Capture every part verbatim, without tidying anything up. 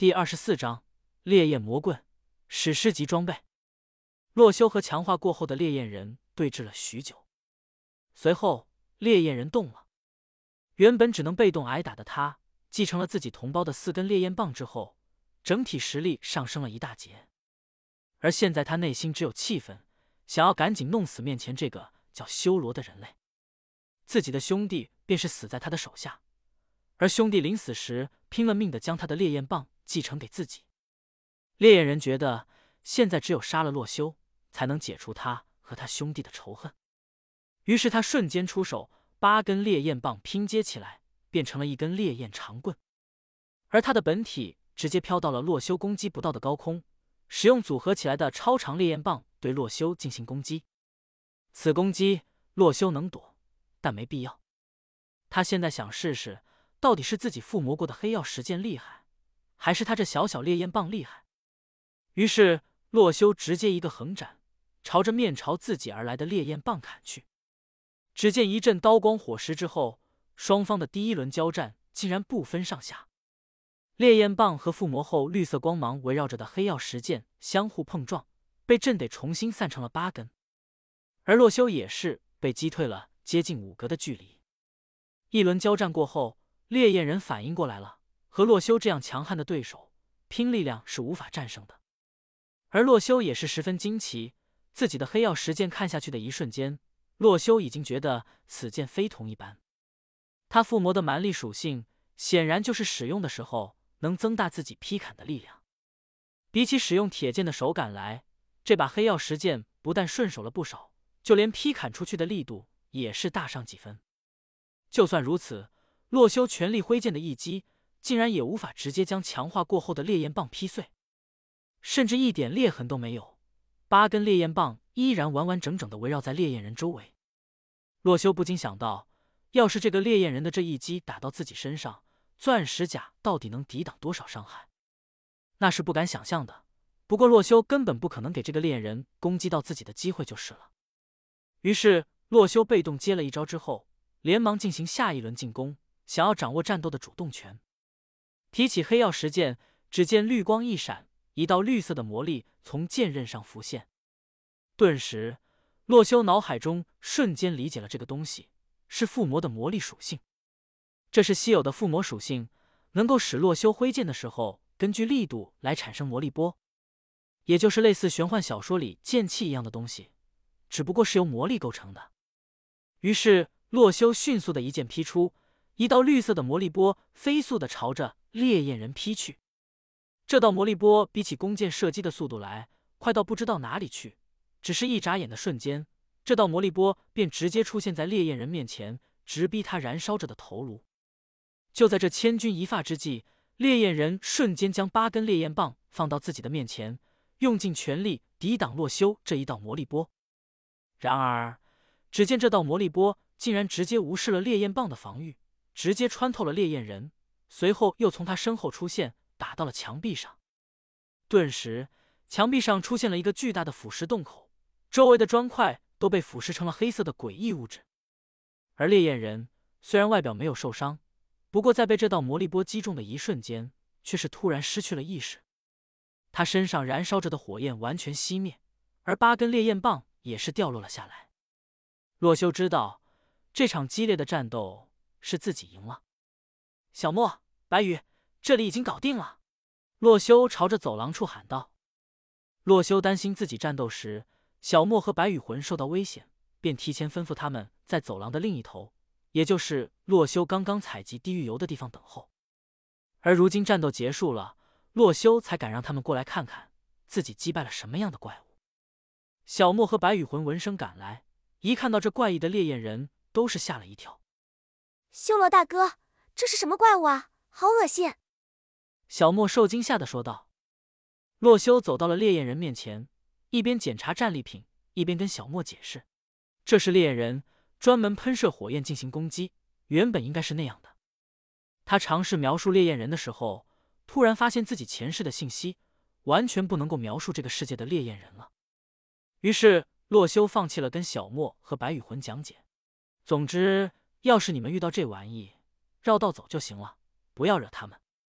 第二十四章烈焰魔棍史诗级装备。洛修和强化过后的烈焰人对峙了许久，随后烈焰人动了。原本只能被动挨打的他，继承了自己同胞的四根烈焰棒之后，整体实力上升了一大截。而现在他内心只有气愤，想要赶紧弄死面前这个叫修罗的人类。自己的兄弟便是死在他的手下，而兄弟临死时拼了命的将他的烈焰棒继承给自己。烈焰人觉得现在只有杀了洛修，才能解除他和他兄弟的仇恨。于是他瞬间出手，八根烈焰棒拼接起来，变成了一根烈焰长棍。而他的本体直接飘到了洛修攻击不到的高空，使用组合起来的超长烈焰棒对洛修进行攻击。此攻击洛修能躲，但没必要。他现在想试试，到底是自己附魔过的黑曜石剑厉害，还是他这小小烈焰棒厉害。于是洛修直接一个横斩，朝着面朝自己而来的烈焰棒砍去。只见一阵刀光火石之后，双方的第一轮交战竟然不分上下。烈焰棒和附魔后绿色光芒围绕着的黑曜石剑相互碰撞，被震得重新散成了八根。而洛修也是被击退了接近五格的距离。一轮交战过后，烈焰人反应过来了，和洛修这样强悍的对手拼力量是无法战胜的。而洛修也是十分惊奇，自己的黑曜石剑看下去的一瞬间，洛修已经觉得此剑非同一般。他附魔的蛮力属性显然就是使用的时候能增大自己劈砍的力量。比起使用铁剑的手感来，这把黑曜石剑不但顺手了不少，就连劈砍出去的力度也是大上几分。就算如此，洛修全力挥剑的一击竟然也无法直接将强化过后的烈焰棒劈碎，甚至一点裂痕都没有。八根烈焰棒依然完完整整地围绕在烈焰人周围。洛修不禁想到，要是这个烈焰人的这一击打到自己身上，钻石甲到底能抵挡多少伤害？那是不敢想象的。不过洛修根本不可能给这个烈焰人攻击到自己的机会就是了。于是洛修被动接了一招之后，连忙进行下一轮进攻，想要掌握战斗的主动权。提起黑曜石剑，只见绿光一闪，一道绿色的魔力从剑刃上浮现。顿时洛修脑海中瞬间理解了这个东西是附魔的魔力属性。这是稀有的附魔属性，能够使洛修挥剑的时候根据力度来产生魔力波，也就是类似玄幻小说里剑气一样的东西，只不过是由魔力构成的。于是洛修迅速的一剑劈出，一道绿色的魔力波飞速的朝着烈焰人劈去。这道魔力波比起弓箭射击的速度来快到不知道哪里去，只是一眨眼的瞬间，这道魔力波便直接出现在烈焰人面前，直逼他燃烧着的头颅。就在这千钧一发之际，烈焰人瞬间将八根烈焰棒放到自己的面前，用尽全力抵挡洛修这一道魔力波。然而只见这道魔力波竟然直接无视了烈焰棒的防御，直接穿透了烈焰人，随后又从他身后出现，打到了墙壁上。顿时墙壁上出现了一个巨大的腐蚀洞口，周围的砖块都被腐蚀成了黑色的诡异物质。而烈焰人虽然外表没有受伤，不过在被这道魔力波击中的一瞬间，却是突然失去了意识。他身上燃烧着的火焰完全熄灭，而八根烈焰棒也是掉落了下来。洛修知道这场激烈的战斗是自己赢了。小莫、白羽，这里已经搞定了。洛修朝着走廊处喊道。洛修担心自己战斗时小莫和白羽魂受到危险，便提前吩咐他们在走廊的另一头，也就是洛修刚刚采集地狱油的地方等候。而如今战斗结束了，洛修才敢让他们过来看看自己击败了什么样的怪物。小莫和白羽魂闻声赶来，一看到这怪异的烈焰人，都是吓了一跳。 修罗大哥，这是什么怪物啊？好恶心！ 小莫受惊吓的说道。洛修走到了烈焰人面前，一边检查战利品，一边跟小莫解释，这是烈焰人，专门喷射火焰进行攻击，原本应该是那样的。他尝试描述烈焰人的时候，突然发现自己前世的信息完全不能够描述这个世界的烈焰人了。于是洛修放弃了跟小莫和白羽魂讲解，总之要是你们遇到这玩意，绕道走就行了，不要惹他们。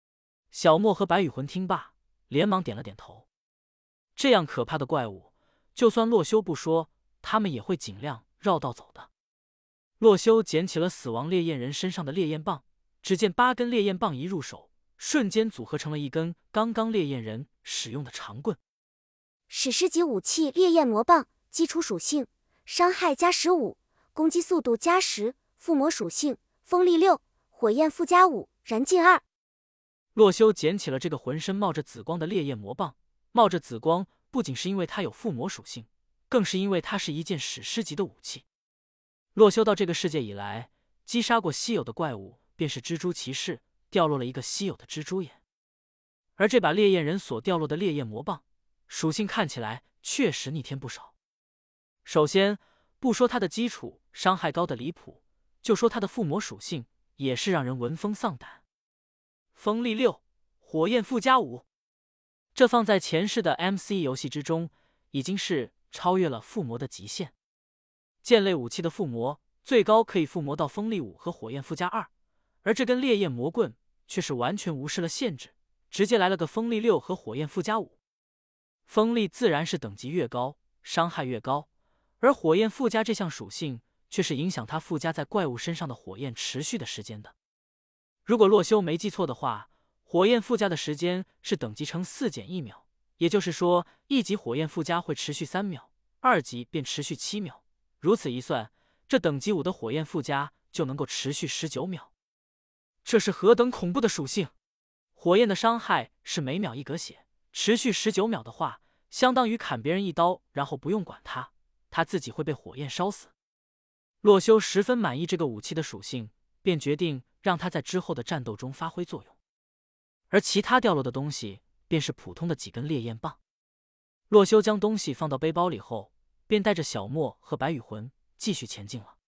小莫和白羽魂听罢，连忙点了点头。这样可怕的怪物，就算洛修不说，他们也会尽量绕道走的。洛修捡起了死亡烈焰人身上的烈焰棒，只见八根烈焰棒一入手，瞬间组合成了一根刚刚烈焰人使用的长棍。 史诗级武器烈焰魔棒，基础属性：伤害加十五，攻击速度加十，附魔属性：风力六，火焰附加五，燃尽二。 洛修捡起了这个浑身冒着紫光的烈焰魔棒，冒着紫光不仅是因为它有附魔属性，更是因为它是一件史诗级的武器。洛修到这个世界以来，击杀过稀有的怪物，便是蜘蛛骑士掉落了一个稀有的蜘蛛眼。而这把烈焰人所掉落的烈焰魔棒，属性看起来确实逆天不少。首先，不说它的基础伤害高的离谱，就说它的附魔属性，也是让人闻风丧胆。风力六，火焰附加五，这放在前世的 M C 游戏之中，已经是超越了附魔的极限。剑类武器的附魔最高可以附魔到风力五和火焰附加二，而这根烈焰魔棍却是完全无视了限制，直接来了个风力六和火焰附加五。风力自然是等级越高，伤害越高，而火焰附加这项属性却是影响它附加在怪物身上的火焰持续的时间的。如果洛修没记错的话，火焰附加的时间是等级乘四减一秒，也就是说，一级火焰附加会持续三秒，二级便持续七秒。如此一算，这等级五的火焰附加就能够持续十九秒。这是何等恐怖的属性！火焰的伤害是每秒一格血，持续十九秒的话，相当于砍别人一刀，然后不用管他，他自己会被火焰烧死。洛修十分满意这个武器的属性，便决定让它在之后的战斗中发挥作用。而其他掉落的东西便是普通的几根烈焰棒。洛修将东西放到背包里后，便带着小莫和白羽魂继续前进了。